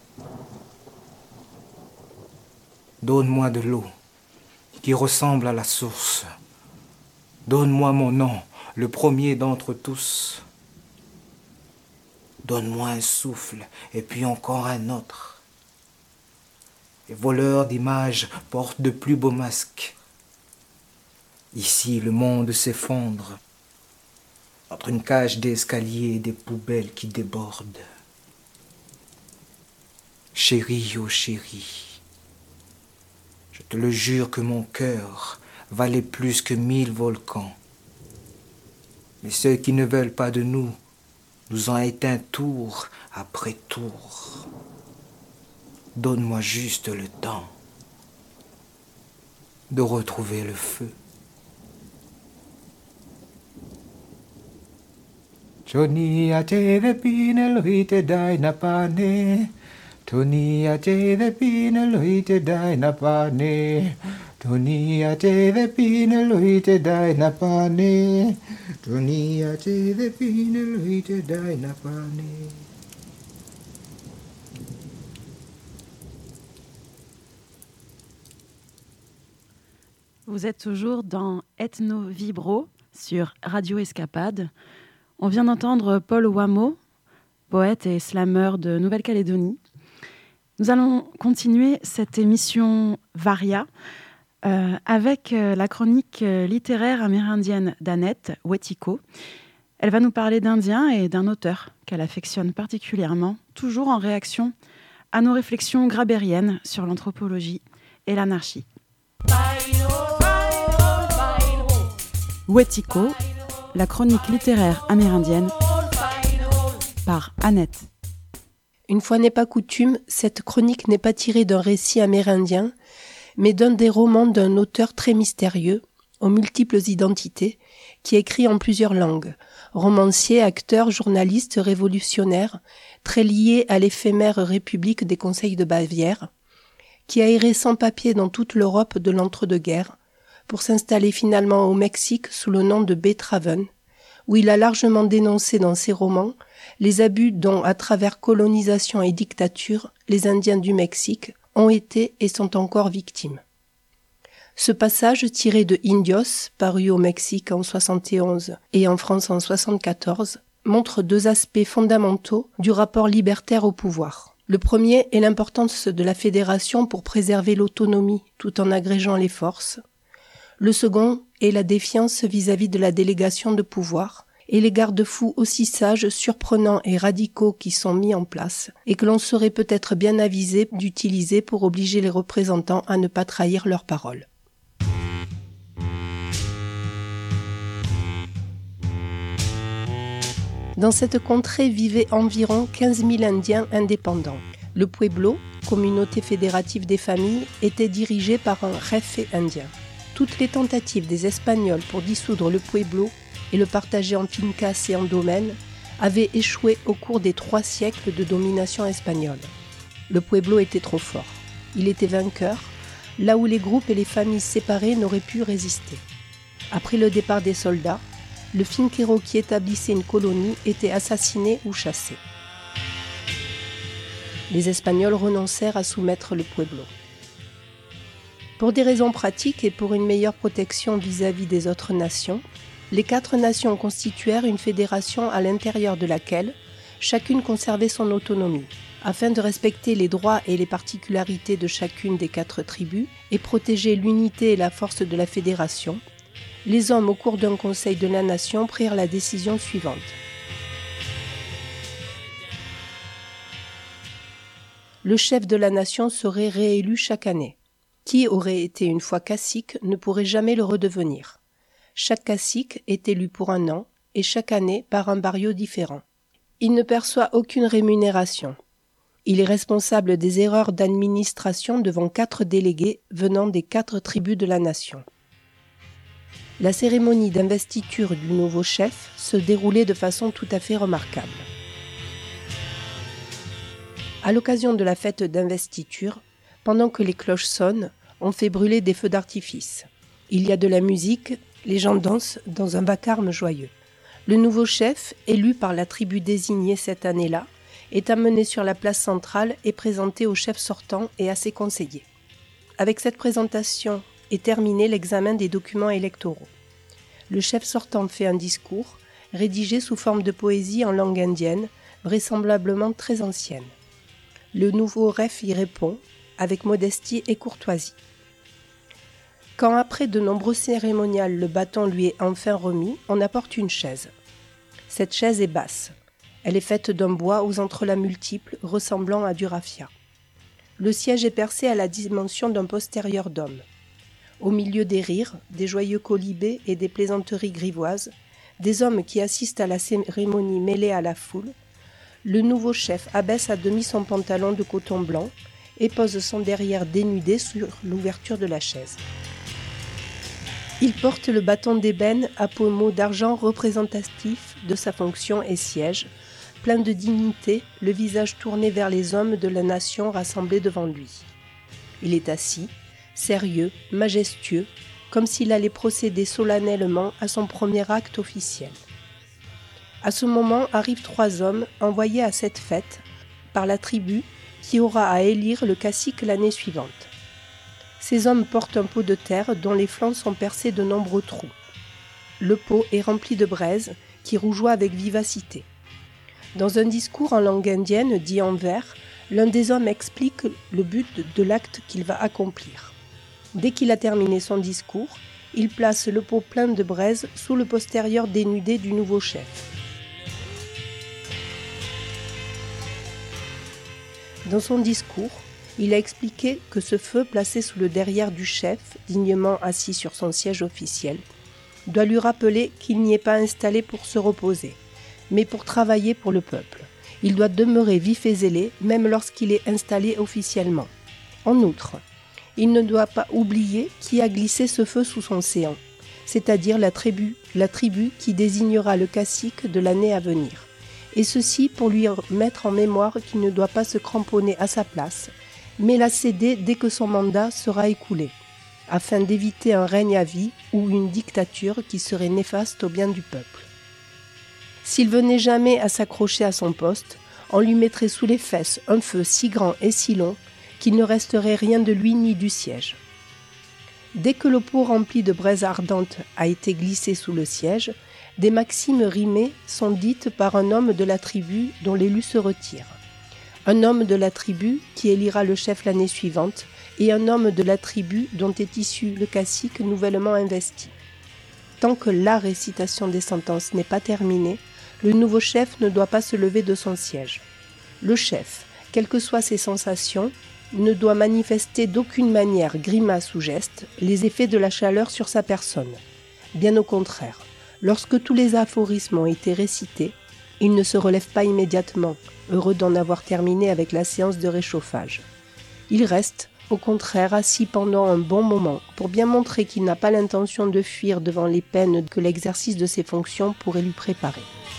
Donne-moi de l'eau qui ressemble à la source. Donne-moi mon nom, le premier d'entre tous. Donne-moi un souffle et puis encore un autre. Les voleurs d'images portent de plus beaux masques. Ici, le monde s'effondre entre une cage d'escalier et des poubelles qui débordent. Chérie, oh chérie, je te le jure que mon cœur valait plus que 1000 volcans. Mais ceux qui ne veulent pas de nous nous ont éteints tour après tour. Donne-moi juste le temps de retrouver le feu. Johnny a te de pinel rite dai na pane. Tony a te de pinel rite dai na pane. Tony a te de pinel rite dai na pane. Tony a te de pinel rite dai na pane. Vous êtes toujours dans Ethno Vibro sur Radio Escapade. On vient d'entendre Paul Wameau, poète et slameur de Nouvelle-Calédonie. Nous allons continuer cette émission Varia avec la chronique littéraire amérindienne d'Annette Wetiko. Elle va nous parler d'Indiens et d'un auteur qu'elle affectionne particulièrement, toujours en réaction à nos réflexions grabériennes sur l'anthropologie et l'anarchie. Wetiko, la chronique littéraire amérindienne par Annette. Une fois n'est pas coutume, cette chronique n'est pas tirée d'un récit amérindien, mais d'un des romans d'un auteur très mystérieux, aux multiples identités, qui écrit en plusieurs langues. Romancier, acteur, journaliste, révolutionnaire, très lié à l'éphémère République des Conseils de Bavière, qui a erré sans papier dans toute l'Europe de l'entre-deux-guerres, pour s'installer finalement au Mexique sous le nom de Beethoven, où il a largement dénoncé dans ses romans les abus dont, à travers colonisation et dictature, les Indiens du Mexique ont été et sont encore victimes. Ce passage, tiré de Indios, paru au Mexique en 71 et en France en 74, montre deux aspects fondamentaux du rapport libertaire au pouvoir. Le premier est l'importance de la fédération pour préserver l'autonomie tout en agrégeant les forces. Le second est la défiance vis-à-vis de la délégation de pouvoir et les garde-fous aussi sages, surprenants et radicaux qui sont mis en place et que l'on serait peut-être bien avisé d'utiliser pour obliger les représentants à ne pas trahir leurs paroles. Dans cette contrée vivaient environ 15 000 Indiens indépendants. Le Pueblo, communauté fédérative des familles, était dirigé par un jefe indien. Toutes les tentatives des Espagnols pour dissoudre le Pueblo et le partager en fincas et en domaines avaient échoué au cours des 3 siècles de domination espagnole. Le Pueblo était trop fort. Il était vainqueur, là où les groupes et les familles séparées n'auraient pu résister. Après le départ des soldats, le finquero qui établissait une colonie était assassiné ou chassé. Les Espagnols renoncèrent à soumettre le Pueblo. Pour des raisons pratiques et pour une meilleure protection vis-à-vis des autres nations, les 4 nations constituèrent une fédération à l'intérieur de laquelle chacune conservait son autonomie, afin de respecter les droits et les particularités de chacune des 4 tribus et protéger l'unité et la force de la fédération. Les hommes, au cours d'un conseil de la nation, prirent la décision suivante. Le chef de la nation serait réélu chaque année. Qui aurait été une fois cacique ne pourrait jamais le redevenir. Chaque cacique est élu pour un an et chaque année par un barrio différent. Il ne perçoit aucune rémunération. Il est responsable des erreurs d'administration devant 4 délégués venant des 4 tribus de la nation. La cérémonie d'investiture du nouveau chef se déroulait de façon tout à fait remarquable. À l'occasion de la fête d'investiture, pendant que les cloches sonnent, on fait brûler des feux d'artifice. Il y a de la musique, les gens dansent dans un vacarme joyeux. Le nouveau chef, élu par la tribu désignée cette année-là, est amené sur la place centrale et présenté au chef sortant et à ses conseillers. Avec cette présentation est terminé l'examen des documents électoraux. Le chef sortant fait un discours, rédigé sous forme de poésie en langue indienne, vraisemblablement très ancienne. Le nouveau ref y répond, avec modestie et courtoisie. Quand après de nombreux cérémonials le bâton lui est enfin remis, on apporte une chaise. Cette chaise est basse. Elle est faite d'un bois aux entrelacs multiples ressemblant à du raffia. Le siège est percé à la dimension d'un postérieur d'homme. Au milieu des rires, des joyeux colibés et des plaisanteries grivoises, des hommes qui assistent à la cérémonie mêlés à la foule, le nouveau chef abaisse à demi son pantalon de coton blanc et pose son derrière dénudé sur l'ouverture de la chaise. Il porte le bâton d'ébène à pommeau d'argent représentatif de sa fonction et siège, plein de dignité, le visage tourné vers les hommes de la nation rassemblés devant lui. Il est assis, sérieux, majestueux, comme s'il allait procéder solennellement à son premier acte officiel. À ce moment arrivent 3 hommes envoyés à cette fête par la tribu qui aura à élire le cacique l'année suivante. Ces hommes portent un pot de terre dont les flancs sont percés de nombreux trous. Le pot est rempli de braise qui rougeoie avec vivacité. Dans un discours en langue indienne dit en vers, l'un des hommes explique le but de l'acte qu'il va accomplir. Dès qu'il a terminé son discours, il place le pot plein de braise sous le postérieur dénudé du nouveau chef. Dans son discours, il a expliqué que ce feu placé sous le derrière du chef, dignement assis sur son siège officiel, doit lui rappeler qu'il n'y est pas installé pour se reposer, mais pour travailler pour le peuple. Il doit demeurer vif et zélé, même lorsqu'il est installé officiellement. En outre, il ne doit pas oublier qui a glissé ce feu sous son séant, c'est-à-dire la tribu qui désignera le cacique de l'année à venir. Et ceci pour lui mettre en mémoire qu'il ne doit pas se cramponner à sa place, mais la céder dès que son mandat sera écoulé, afin d'éviter un règne à vie ou une dictature qui serait néfaste au bien du peuple. S'il venait jamais à s'accrocher à son poste, on lui mettrait sous les fesses un feu si grand et si long qu'il ne resterait rien de lui ni du siège. Dès que le pot rempli de braise ardente a été glissé sous le siège, des maximes rimées sont dites par un homme de la tribu dont l'élu se retire. Un homme de la tribu qui élira le chef l'année suivante et un homme de la tribu dont est issu le cacique nouvellement investi. Tant que la récitation des sentences n'est pas terminée, le nouveau chef ne doit pas se lever de son siège. Le chef, quelles que soient ses sensations, ne doit manifester d'aucune manière, grimace ou geste, les effets de la chaleur sur sa personne. Bien au contraire, lorsque tous les aphorismes ont été récités, il ne se relève pas immédiatement, heureux d'en avoir terminé avec la séance de réchauffage. Il reste, au contraire, assis pendant un bon moment, pour bien montrer qu'il n'a pas l'intention de fuir devant les peines que l'exercice de ses fonctions pourrait lui préparer.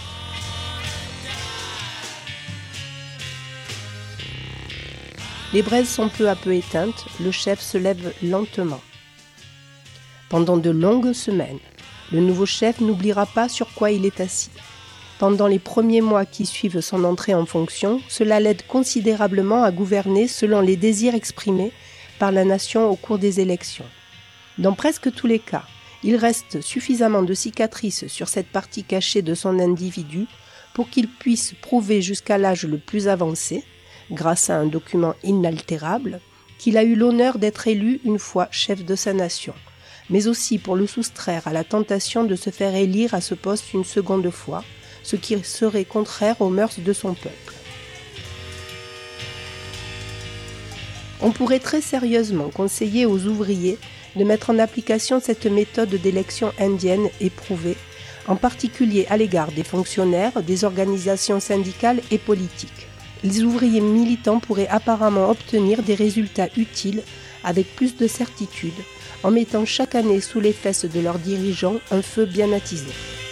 Les braises sont peu à peu éteintes, le chef se lève lentement. Pendant de longues semaines, le nouveau chef n'oubliera pas sur quoi il est assis. Pendant les premiers mois qui suivent son entrée en fonction, cela l'aide considérablement à gouverner selon les désirs exprimés par la nation au cours des élections. Dans presque tous les cas, il reste suffisamment de cicatrices sur cette partie cachée de son individu pour qu'il puisse prouver jusqu'à l'âge le plus avancé, grâce à un document inaltérable, qu'il a eu l'honneur d'être élu une fois chef de sa nation, mais aussi pour le soustraire à la tentation de se faire élire à ce poste une seconde fois, ce qui serait contraire aux mœurs de son peuple. On pourrait très sérieusement conseiller aux ouvriers de mettre en application cette méthode d'élection indienne éprouvée, en particulier à l'égard des fonctionnaires, des organisations syndicales et politiques. Les ouvriers militants pourraient apparemment obtenir des résultats utiles avec plus de certitude, en mettant chaque année sous les fesses de leurs dirigeants un feu bien attisé.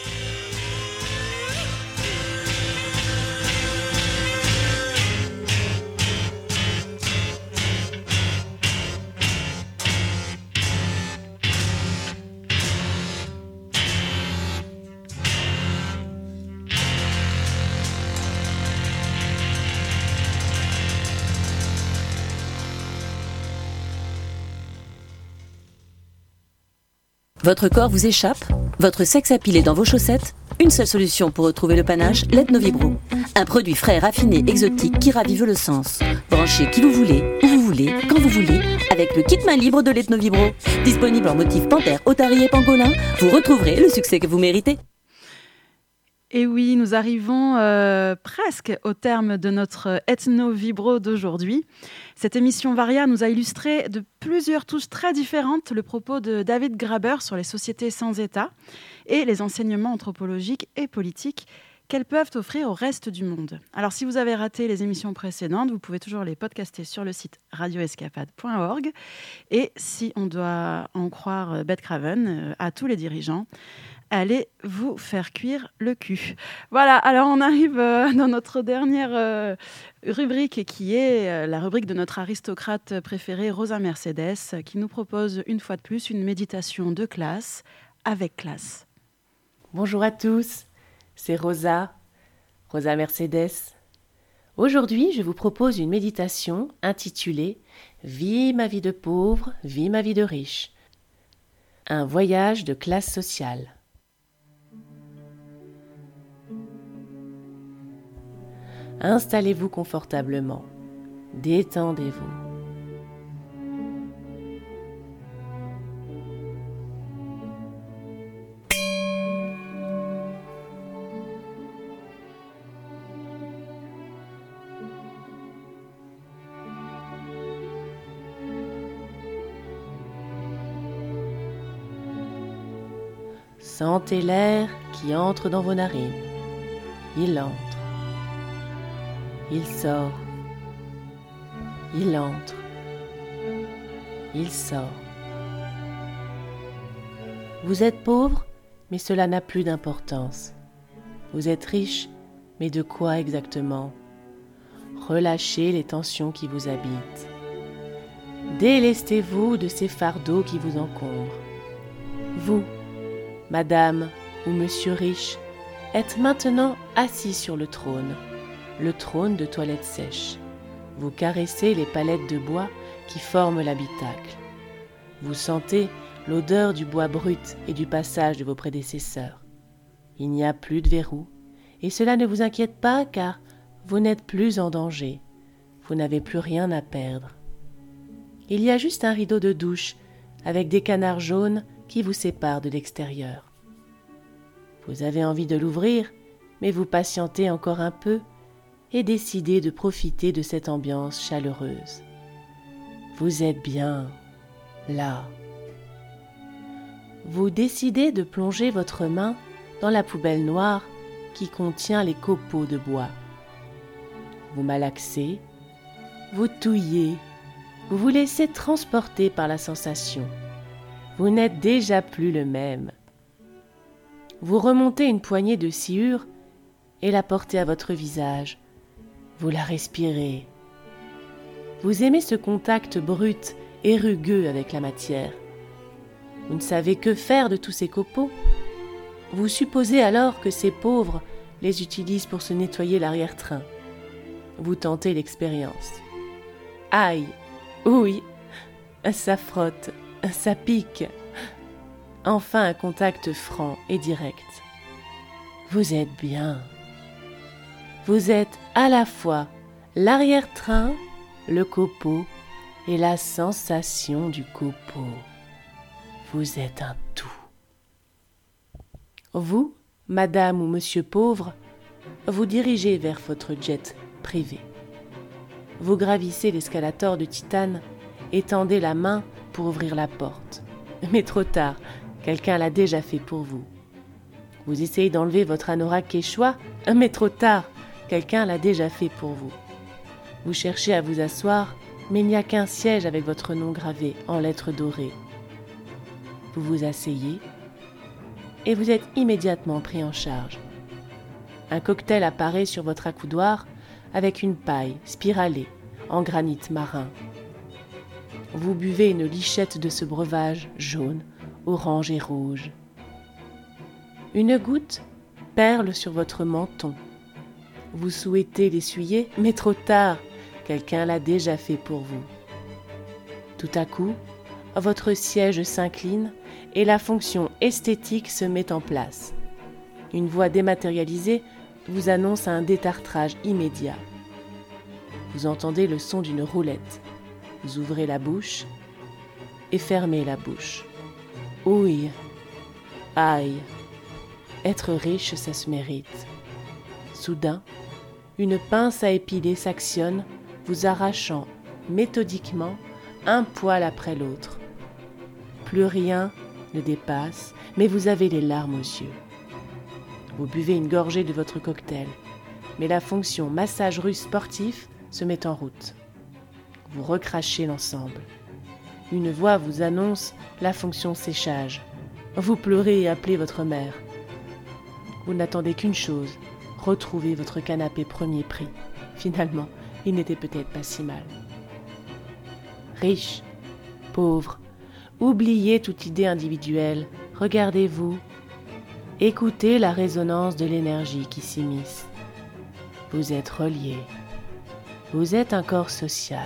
Votre corps vous échappe? Votre sexe apile est dans vos chaussettes? Une seule solution pour retrouver le panache, l'Ethnovibro. Un produit frais, raffiné, exotique qui ravive le sens. Branchez qui vous voulez, où vous voulez, quand vous voulez, avec le kit main libre de l'Ethnovibro. Disponible en motifs panthère, otarie et pangolin, vous retrouverez le succès que vous méritez. Et oui, nous arrivons presque au terme de notre Ethno-Vibro d'aujourd'hui. Cette émission Varia nous a illustré de plusieurs touches très différentes le propos de David Graeber sur les sociétés sans État et les enseignements anthropologiques et politiques qu'elles peuvent offrir au reste du monde. Alors, si vous avez raté les émissions précédentes, vous pouvez toujours les podcaster sur le site radioescapade.org. Et si on doit en croire Beth Craven, à tous les dirigeants, allez vous faire cuire le cul. Voilà, alors on arrive dans notre dernière rubrique qui est la rubrique de notre aristocrate préférée, Rosa Mercedes, qui nous propose une fois de plus une méditation de classe avec classe. Bonjour à tous, c'est Rosa Mercedes. Aujourd'hui, je vous propose une méditation intitulée « Vis ma vie de pauvre, vis ma vie de riche ». Un voyage de classe sociale. Installez-vous confortablement, détendez-vous. Sentez l'air qui entre dans vos narines. Il entre. Il sort. Il entre. Il sort. Vous êtes pauvre, mais cela n'a plus d'importance. Vous êtes riche, mais de quoi exactement? Relâchez les tensions qui vous habitent. Délestez-vous de ces fardeaux qui vous encombrent. Vous, madame ou monsieur riche, êtes maintenant assis sur le trône de toilette sèche. Vous caressez les palettes de bois qui forment l'habitacle. Vous sentez l'odeur du bois brut et du passage de vos prédécesseurs. Il n'y a plus de verrou, et cela ne vous inquiète pas car vous n'êtes plus en danger. Vous n'avez plus rien à perdre. Il y a juste un rideau de douche avec des canards jaunes qui vous séparent de l'extérieur. Vous avez envie de l'ouvrir, mais vous patientez encore un peu et décidez de profiter de cette ambiance chaleureuse. Vous êtes bien là. Vous décidez de plonger votre main dans la poubelle noire qui contient les copeaux de bois. Vous malaxez, vous touillez, vous vous laissez transporter par la sensation. Vous n'êtes déjà plus le même. Vous remontez une poignée de sciure et la portez à votre visage. Vous la respirez. Vous aimez ce contact brut et rugueux avec la matière. Vous ne savez que faire de tous ces copeaux. Vous supposez alors que ces pauvres les utilisent pour se nettoyer l'arrière-train. Vous tentez l'expérience. Aïe, oui, ça frotte, ça pique. Enfin un contact franc et direct. Vous êtes bien. Vous êtes à la fois l'arrière-train, le copeau et la sensation du copeau. Vous êtes un tout. Vous, madame ou monsieur pauvre, vous dirigez vers votre jet privé. Vous gravissez l'escalator de titane et tendez la main pour ouvrir la porte. Mais trop tard, quelqu'un l'a déjà fait pour vous. Vous essayez d'enlever votre anorak quechua, mais trop tard, quelqu'un l'a déjà fait pour vous. Vous cherchez à vous asseoir, mais il n'y a qu'un siège avec votre nom gravé en lettres dorées. Vous vous asseyez et vous êtes immédiatement pris en charge. Un cocktail apparaît sur votre accoudoir avec une paille spiralée en granit marin. Vous buvez une lichette de ce breuvage jaune, orange et rouge. Une goutte perle sur votre menton. Vous souhaitez l'essuyer, mais trop tard, quelqu'un l'a déjà fait pour vous. Tout à coup, votre siège s'incline et la fonction esthétique se met en place. Une voix dématérialisée vous annonce un détartrage immédiat. Vous entendez le son d'une roulette. Vous ouvrez la bouche et fermez la bouche. Ouille, aïe, être riche, ça se mérite. Soudain, une pince à épiler s'actionne, vous arrachant méthodiquement un poil après l'autre. Plus rien ne dépasse, mais vous avez les larmes aux yeux. Vous buvez une gorgée de votre cocktail, mais la fonction massage russe sportif se met en route. Vous recrachez l'ensemble. Une voix vous annonce la fonction séchage. Vous pleurez et appelez votre mère. Vous n'attendez qu'une chose, retrouver votre canapé premier prix. Finalement, il n'était peut-être pas si mal. Riche, pauvre, oubliez toute idée individuelle, regardez-vous, écoutez la résonance de l'énergie qui s'immisce. Vous êtes reliés, vous êtes un corps social,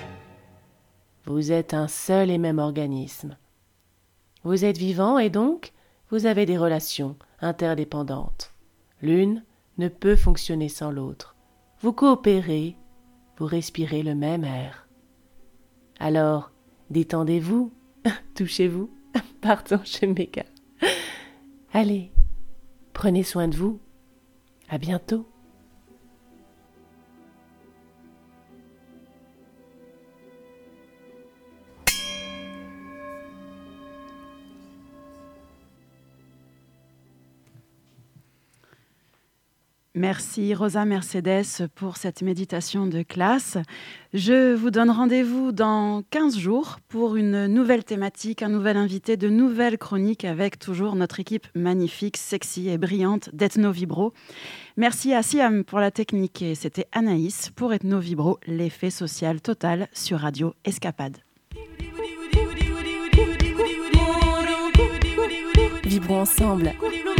vous êtes un seul et même organisme. Vous êtes vivant et donc, vous avez des relations interdépendantes. L'une ne peut fonctionner sans l'autre. Vous coopérez, vous respirez le même air. Alors, détendez-vous, touchez-vous, partons chez Méga. Allez, prenez soin de vous. À bientôt. Merci Rosa Mercedes pour cette méditation de classe. Je vous donne rendez-vous dans 15 jours pour une nouvelle thématique, un nouvel invité, de nouvelles chroniques avec toujours notre équipe magnifique, sexy et brillante d'Ethno Vibro. Merci à Siam pour la technique et c'était Anaïs pour Ethno Vibro, l'effet social total sur Radio Escapade. Vibrons ensemble.